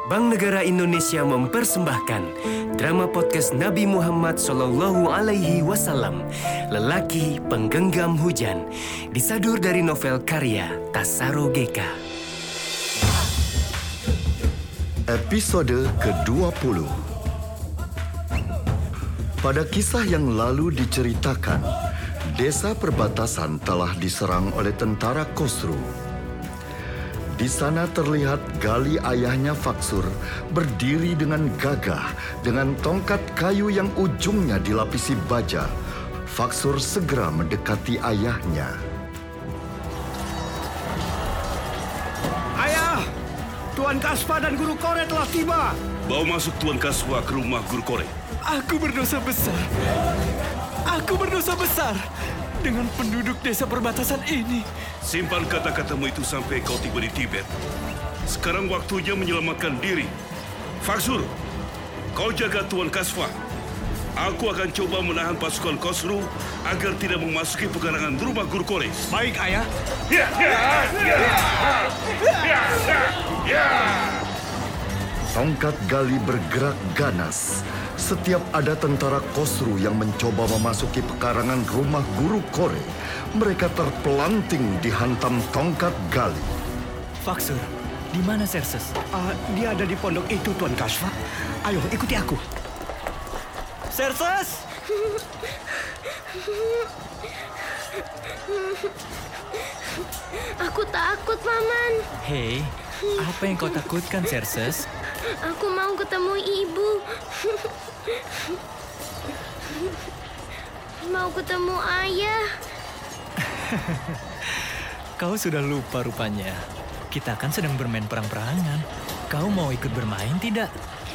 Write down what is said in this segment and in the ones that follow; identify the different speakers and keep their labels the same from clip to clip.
Speaker 1: Bank Negara Indonesia mempersembahkan drama podcast Nabi Muhammad SAW, Lelaki Penggenggam Hujan, disadur dari novel karya Tasaro Geka.
Speaker 2: Episode ke-20. Pada kisah yang lalu diceritakan, desa perbatasan telah diserang oleh tentara Khosrow. Di sana terlihat Gali ayahnya Faksur berdiri dengan gagah dengan tongkat kayu yang ujungnya dilapisi baja. Faksur segera mendekati ayahnya.
Speaker 3: Ayah, Tuan Kasva dan Guru Kore telah tiba.
Speaker 4: Bawa masuk Tuan Kasva ke rumah Guru Kore.
Speaker 5: Aku berdosa besar. Aku berdosa besar dengan penduduk desa perbatasan ini.
Speaker 4: Simpan kata-katamu itu sampai kau tiba di Tibet. Sekarang waktunya menyelamatkan diri. Faksur, kau jaga Tuan Kasva. Aku akan coba menahan pasukan Khosrow agar tidak memasuki pekarangan rumah Guru Kore.
Speaker 3: Baik, Ayah.
Speaker 2: Tongkat Gali bergerak ganas. Setiap ada tentara Khosrow yang mencoba memasuki pekarangan rumah Guru Kore, mereka terpelanting dihantam tongkat Gali.
Speaker 5: Faksur, di mana Xerxes?
Speaker 3: Dia ada di pondok itu, Tuan Kasva. Ayo, ikuti aku.
Speaker 5: Xerxes!
Speaker 6: Aku takut, Paman.
Speaker 5: Hei, apa yang kau takutkan, Xerxes?
Speaker 6: Aku mau ketemu ibu. Mau ketemu ayah.
Speaker 5: Kau sudah lupa rupanya. Kita kan sedang bermain perang-perangan. Kau mau ikut bermain tidak?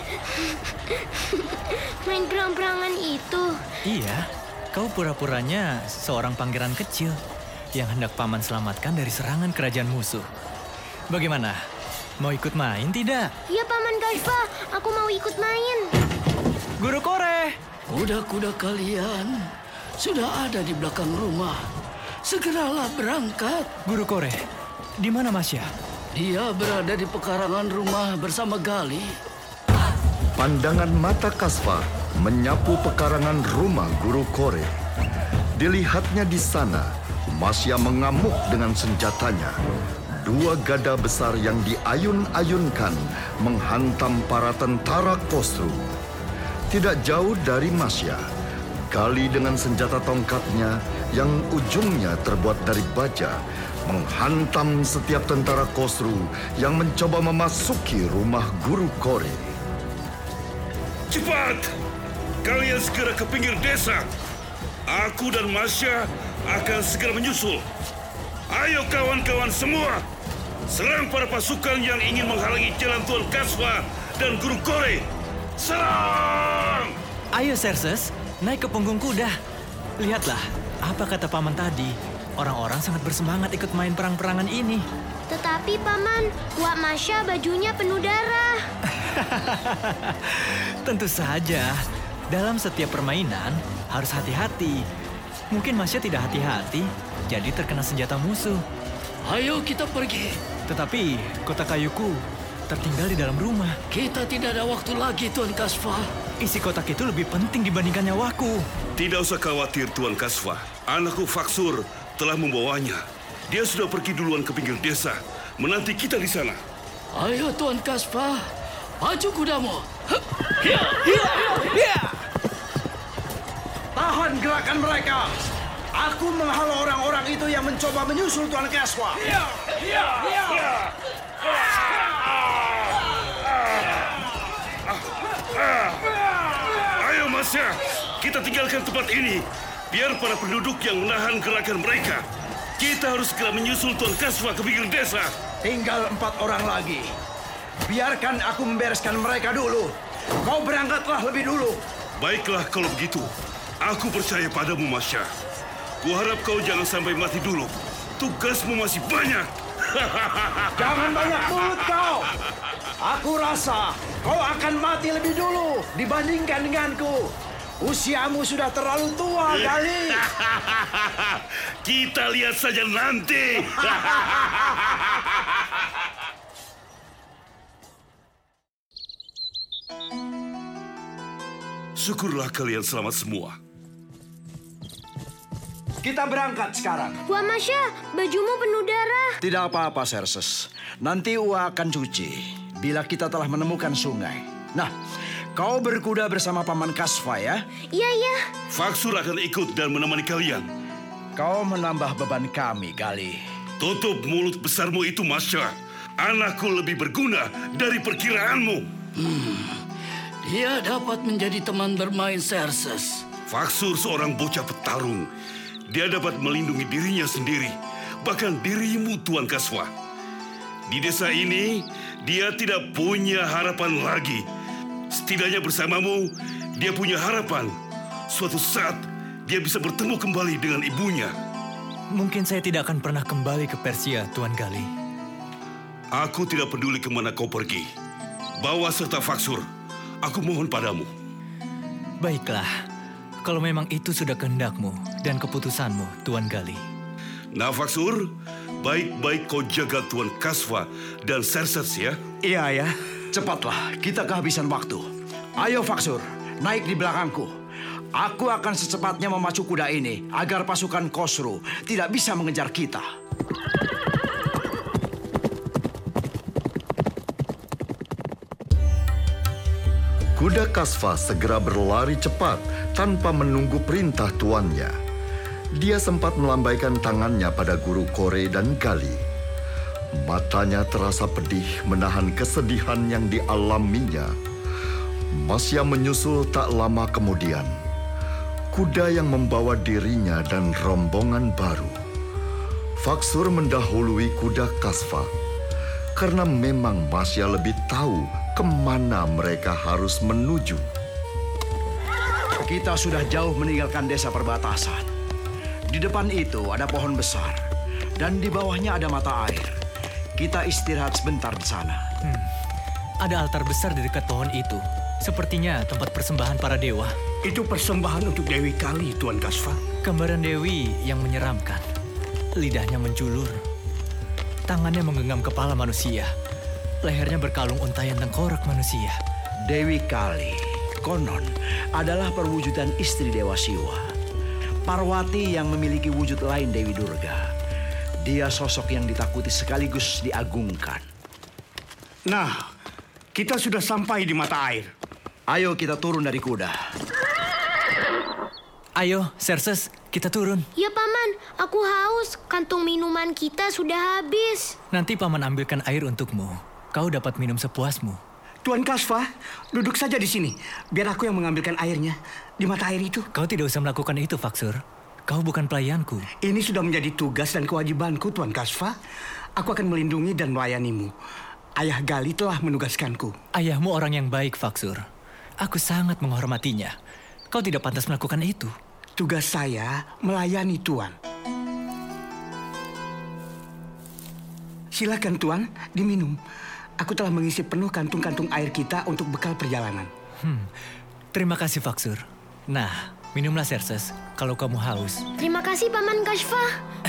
Speaker 6: Main perang-perangan itu.
Speaker 5: Iya, kau pura-puranya seorang pangeran kecil yang hendak paman selamatkan dari serangan kerajaan musuh. Bagaimana? Mau ikut main tidak?
Speaker 6: Ya, Paman Kasva, aku mau ikut main.
Speaker 5: Guru Kore!
Speaker 7: Kuda-kuda kalian sudah ada di belakang rumah. Segeralah berangkat.
Speaker 5: Guru Kore, di mana Masya?
Speaker 7: Dia berada di pekarangan rumah bersama Gali.
Speaker 2: Pandangan mata Kasva menyapu pekarangan rumah Guru Kore. Dilihatnya di sana, Masya mengamuk dengan senjatanya. Dua gada besar yang diayun-ayunkan menghantam para tentara Khosrow. Tidak jauh dari Masya, Gali dengan senjata tongkatnya yang ujungnya terbuat dari baja menghantam setiap tentara Khosrow yang mencoba memasuki rumah Guru Kore.
Speaker 4: Cepat! Kalian segera ke pinggir desa. Aku dan Masya akan segera menyusul. Ayo kawan-kawan semua, serang para pasukan yang ingin menghalangi jalan Tuan Kasva dan Guru Kore. Serang!
Speaker 5: Ayo Xerxes, naik ke punggung kuda. Lihatlah, apa kata paman tadi. Orang-orang sangat bersemangat ikut main perang-perangan ini.
Speaker 6: Tetapi, Paman, Wak Masya bajunya penuh darah.
Speaker 5: Tentu saja, dalam setiap permainan harus hati-hati. Mungkin Masya tidak hati-hati, jadi terkena senjata musuh.
Speaker 7: Ayo kita pergi.
Speaker 5: Tetapi kotak kayuku tertinggal di dalam rumah.
Speaker 7: Kita tidak ada waktu lagi, Tuan Kasva.
Speaker 5: Isi kotak itu lebih penting dibandingkan nyawaku.
Speaker 4: Tidak usah khawatir Tuan Kasva. Anakku Faksur telah membawanya. Dia sudah pergi duluan ke pinggir desa, menanti kita di sana.
Speaker 7: Ayo Tuan Kasva, maju kudamu.
Speaker 3: Tahan gerakan mereka. Aku menghalau orang-orang itu yang mencoba menyusul Tuan Kasva.
Speaker 4: Ayo Masya, kita tinggalkan tempat ini. Biar para penduduk yang menahan gerakan mereka. Kita harus segera menyusul Tuan Kasva ke pinggir desa.
Speaker 3: Tinggal 4 orang lagi. Biarkan aku membereskan mereka dulu. Kau berangkatlah lebih dulu.
Speaker 4: Baiklah kalau begitu. Aku percaya padamu Masya. Kuharap kau jangan sampai mati dulu. Tugasmu masih banyak.
Speaker 3: Jangan banyak mulut kau. Aku rasa kau akan mati lebih dulu dibandingkan denganku. Usiamu sudah terlalu tua, Gali.
Speaker 4: Kita lihat saja nanti. Syukurlah kalian selamat semua.
Speaker 3: Kita berangkat sekarang.
Speaker 6: Wak Masya, bajumu penuh darah.
Speaker 3: Tidak apa-apa, Xerxes. Nanti Ua akan cuci bila kita telah menemukan sungai. Nah, kau berkuda bersama Paman Kasfa ya.
Speaker 6: Iya, iya.
Speaker 4: Faksur akan ikut dan menemani kalian.
Speaker 3: Kau menambah beban kami, Gali.
Speaker 4: Tutup mulut besarmu itu, Masya. Anakku lebih berguna dari perkiraanmu.
Speaker 7: Dia dapat menjadi teman bermain Xerxes.
Speaker 4: Faksur seorang bocah petarung. Dia dapat melindungi dirinya sendiri, bahkan dirimu, Tuan Kasfa. Di desa ini, dia tidak punya harapan lagi. Setidaknya bersamamu, dia punya harapan. Suatu saat, dia bisa bertemu kembali dengan ibunya.
Speaker 5: Mungkin saya tidak akan pernah kembali ke Persia, Tuan Gali.
Speaker 4: Aku tidak peduli kemana kau pergi. Bawa serta Faksur. Aku mohon padamu.
Speaker 5: Baiklah, kalau memang itu sudah kehendakmu dan keputusanmu, Tuan Gali.
Speaker 4: Nah, Faksur, baik-baik kau jaga Tuan Kasfa dan Xerxes ya.
Speaker 3: Iya ya, cepatlah, kita kehabisan waktu. Ayo Faksur, naik di belakangku. Aku akan secepatnya memacu kuda ini agar pasukan Khosrow tidak bisa mengejar kita.
Speaker 2: Kuda Kasfa segera berlari cepat tanpa menunggu perintah tuannya. Dia sempat melambaikan tangannya pada guru Kore dan Gali. Matanya terasa pedih menahan kesedihan yang dialaminya. Masya menyusul tak lama kemudian. Kuda yang membawa dirinya dan rombongan baru. Faksur mendahului kuda Kasfa karena memang Masya lebih tahu kemana mereka harus menuju.
Speaker 3: Kita sudah jauh meninggalkan desa perbatasan. Di depan itu ada pohon besar dan di bawahnya ada mata air. Kita istirahat sebentar di sana.
Speaker 5: Ada altar besar di dekat pohon itu. Sepertinya tempat persembahan para dewa.
Speaker 8: Itu persembahan untuk Dewi Kali, Tuan Kasfa.
Speaker 5: Gambaran Dewi yang menyeramkan. Lidahnya menjulur. Tangannya menggenggam kepala manusia. Lehernya berkalung untayan tengkorak manusia.
Speaker 3: Dewi Kali, konon, adalah perwujudan istri Dewa Siwa. Parwati yang memiliki wujud lain Dewi Durga. Dia sosok yang ditakuti sekaligus diagungkan.
Speaker 8: Nah, kita sudah sampai di mata air.
Speaker 3: Ayo kita turun dari kuda.
Speaker 5: Ayo, Xerxes, kita turun.
Speaker 6: Ya Paman, aku haus. Kantung minuman kita sudah habis.
Speaker 5: Nanti Paman ambilkan air untukmu. Kau dapat minum sepuasmu.
Speaker 8: Tuan Kasfa, duduk saja di sini. Biar aku yang mengambilkan airnya di mata air itu.
Speaker 5: Kau tidak usah melakukan itu, Faksur. Kau bukan pelayanku.
Speaker 8: Ini sudah menjadi tugas dan kewajibanku, Tuan Kasfa. Aku akan melindungi dan melayanimu. Ayah Gali telah menugaskanku.
Speaker 5: Ayahmu orang yang baik, Faksur. Aku sangat menghormatinya. Kau tidak pantas melakukan itu.
Speaker 8: Tugas saya melayani Tuan. Silakan Tuan, diminum. Aku telah mengisi penuh kantung-kantung air kita untuk bekal perjalanan.
Speaker 5: Terima kasih, Faksur. Nah, minumlah, Xerxes, kalau kamu haus.
Speaker 6: Terima kasih Paman Kasfa.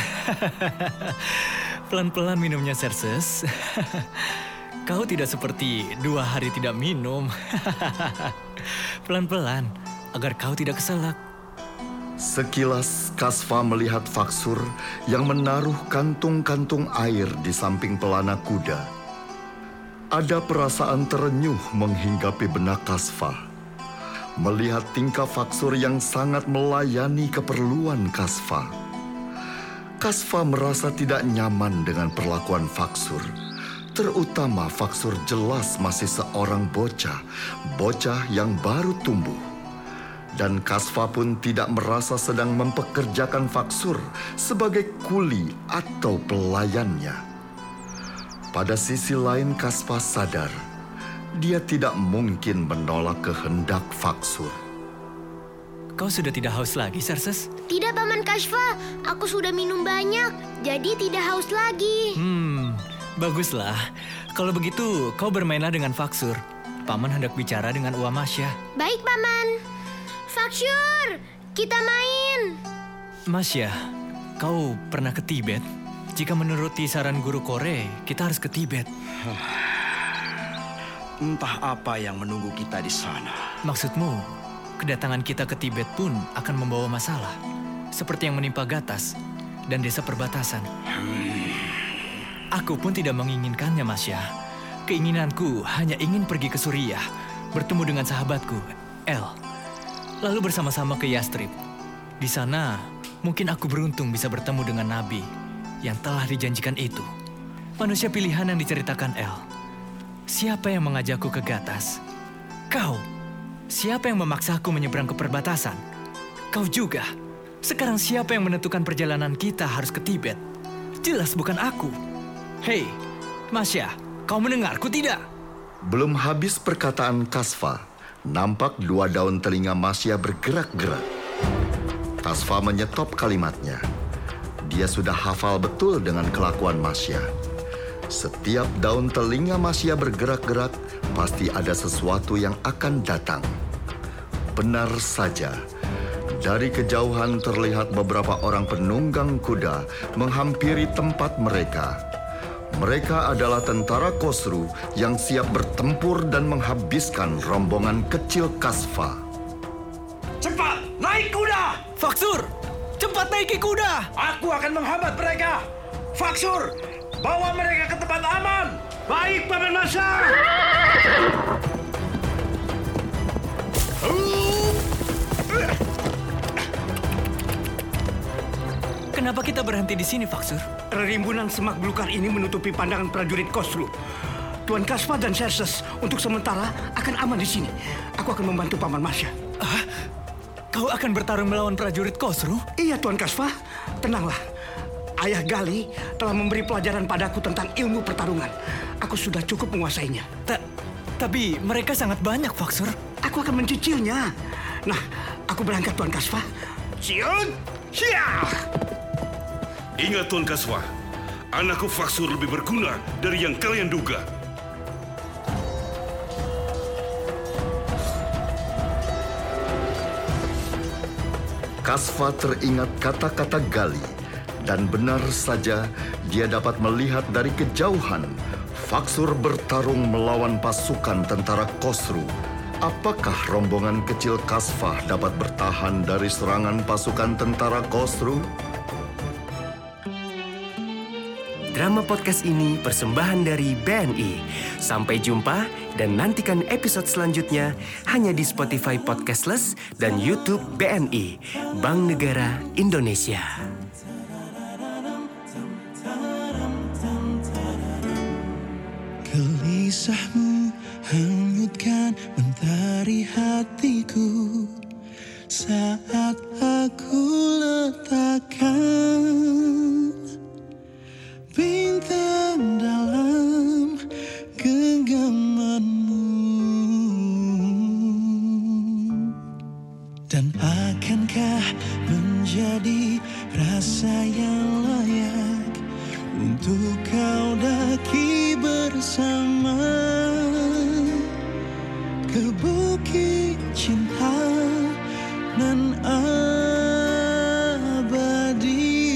Speaker 5: Pelan-pelan minumnya, Xerxes. Kau tidak seperti 2 hari tidak minum. Pelan-pelan, agar kau tidak keselak.
Speaker 2: Sekilas Kasfa melihat Faksur yang menaruh kantung-kantung air di samping pelana kuda. Ada perasaan terenyuh menghinggapi benak Kasfa. Melihat tingkah Faksur yang sangat melayani keperluan Kasfa. Kasfa merasa tidak nyaman dengan perlakuan Faksur. Terutama Faksur jelas masih seorang bocah yang baru tumbuh. Dan Kasfa pun tidak merasa sedang mempekerjakan Faksur sebagai kuli atau pelayannya. Pada sisi lain Kasfa sadar, dia tidak mungkin menolak kehendak Faksur.
Speaker 5: Kau sudah tidak haus lagi, Xerxes?
Speaker 6: Tidak Paman Kasfa, aku sudah minum banyak, jadi tidak haus lagi.
Speaker 5: Baguslah. Kalau begitu, kau bermainlah dengan Faksur. Paman hendak bicara dengan Ua Masya.
Speaker 6: Baik Paman. Faksur, kita main.
Speaker 5: Masya, kau pernah ke Tibet? Jika menuruti saran guru Kore, kita harus ke Tibet.
Speaker 3: Entah apa yang menunggu kita di sana.
Speaker 5: Maksudmu, kedatangan kita ke Tibet pun akan membawa masalah, seperti yang menimpa Gatas dan desa perbatasan. Aku pun tidak menginginkannya, Masya. Keinginanku hanya ingin pergi ke Suriah, bertemu dengan sahabatku, El. Lalu bersama-sama ke Yastrib. Di sana, mungkin aku beruntung bisa bertemu dengan Nabi yang telah dijanjikan itu. Manusia pilihan yang diceritakan El. Siapa yang mengajakku ke Gatas? Kau. Siapa yang memaksaku menyeberang ke perbatasan? Kau juga. Sekarang siapa yang menentukan perjalanan kita harus ke Tibet? Jelas bukan aku. Hei, Masya, kau mendengarku tidak?
Speaker 2: Belum habis perkataan Kasfa, nampak dua daun telinga Masya bergerak-gerak. Kasfa menyetop kalimatnya. Dia sudah hafal betul dengan kelakuan Masya. Setiap daun telinga Masya bergerak-gerak, pasti ada sesuatu yang akan datang. Benar saja. Dari kejauhan terlihat beberapa orang penunggang kuda menghampiri tempat mereka. Mereka adalah tentara Khosru yang siap bertempur dan menghabiskan rombongan kecil Kasfa.
Speaker 3: Cepat, naik kuda!
Speaker 5: Faksur, cepat naiki kuda!
Speaker 3: Aku akan menghambat mereka. Faksur, bawa mereka ke tempat aman. Baik, Paman Masya.
Speaker 5: Kenapa kita berhenti di sini, Faksur?
Speaker 8: Rimbunan semak belukar ini menutupi pandangan prajurit Khosru. Tuan Kasfa dan Xerxes untuk sementara akan aman di sini. Aku akan membantu Paman Masya.
Speaker 5: Kau akan bertarung melawan prajurit Khosru?
Speaker 8: Iya, Tuan Kasfa. Tenanglah. Ayah Gali telah memberi pelajaran padaku tentang ilmu pertarungan. Aku sudah cukup menguasainya.
Speaker 5: Tapi mereka sangat banyak, Faksur.
Speaker 8: Aku akan mencicilnya. Nah, aku berangkat, Tuan Kasfa.
Speaker 3: Siun, siap.
Speaker 4: Ingat Tuan Kasfa, anakku Faksur lebih berguna dari yang kalian duga.
Speaker 2: Kasfa teringat kata-kata Gali, dan benar saja dia dapat melihat dari kejauhan Faksur bertarung melawan pasukan tentara Khosru. Apakah rombongan kecil Kasfa dapat bertahan dari serangan pasukan tentara Khosru?
Speaker 1: Drama podcast ini persembahan dari BNI. Sampai jumpa dan nantikan episode selanjutnya hanya di Spotify Podcastless dan YouTube BNI, Bank Negara Indonesia.
Speaker 9: Gelisahmu hanyutkan mentari hatiku saat aku letakkan bintang dalam genggamanmu. Dan akankah menjadi rasa yang layak untuk kau daki bersama ke bukit cinta nan abadi?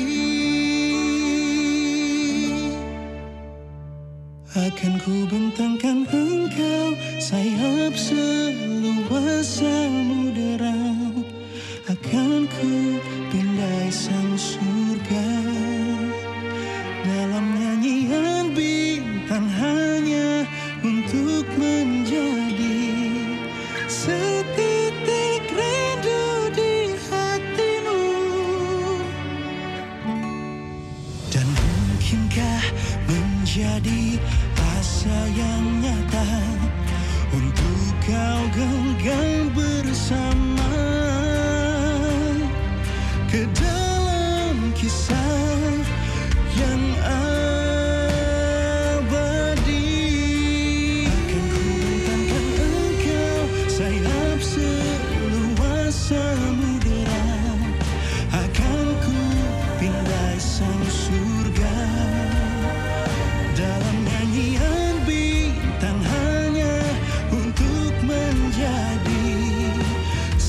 Speaker 9: Akan ku bentangkan engkau sayap seluas samudera. Akan ku pindai sang surga dalam nyanyian bintang hanya untuk menjadi setitik rindu di hatimu. Dan mungkinkah menjadi asa yang nyata untuk kau genggam bersama ke dalam kisah yang abadi? Akan ku bentangkan engkau sayap seluas samudera. Akan ku pindai sang surga dalam nyanyian bintang hanya untuk menjadi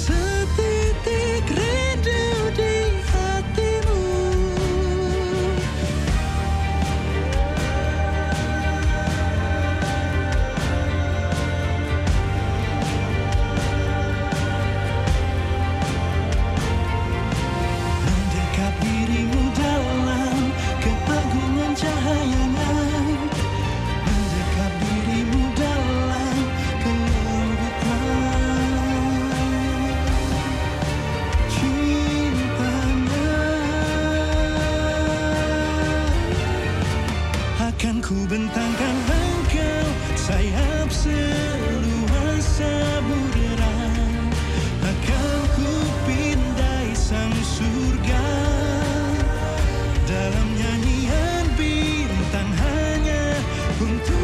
Speaker 9: Akan ku bentangkan engkau sayap seluas samudera. Akan ku pindai sang surga. Dalam nyanyian bintang hanya untuk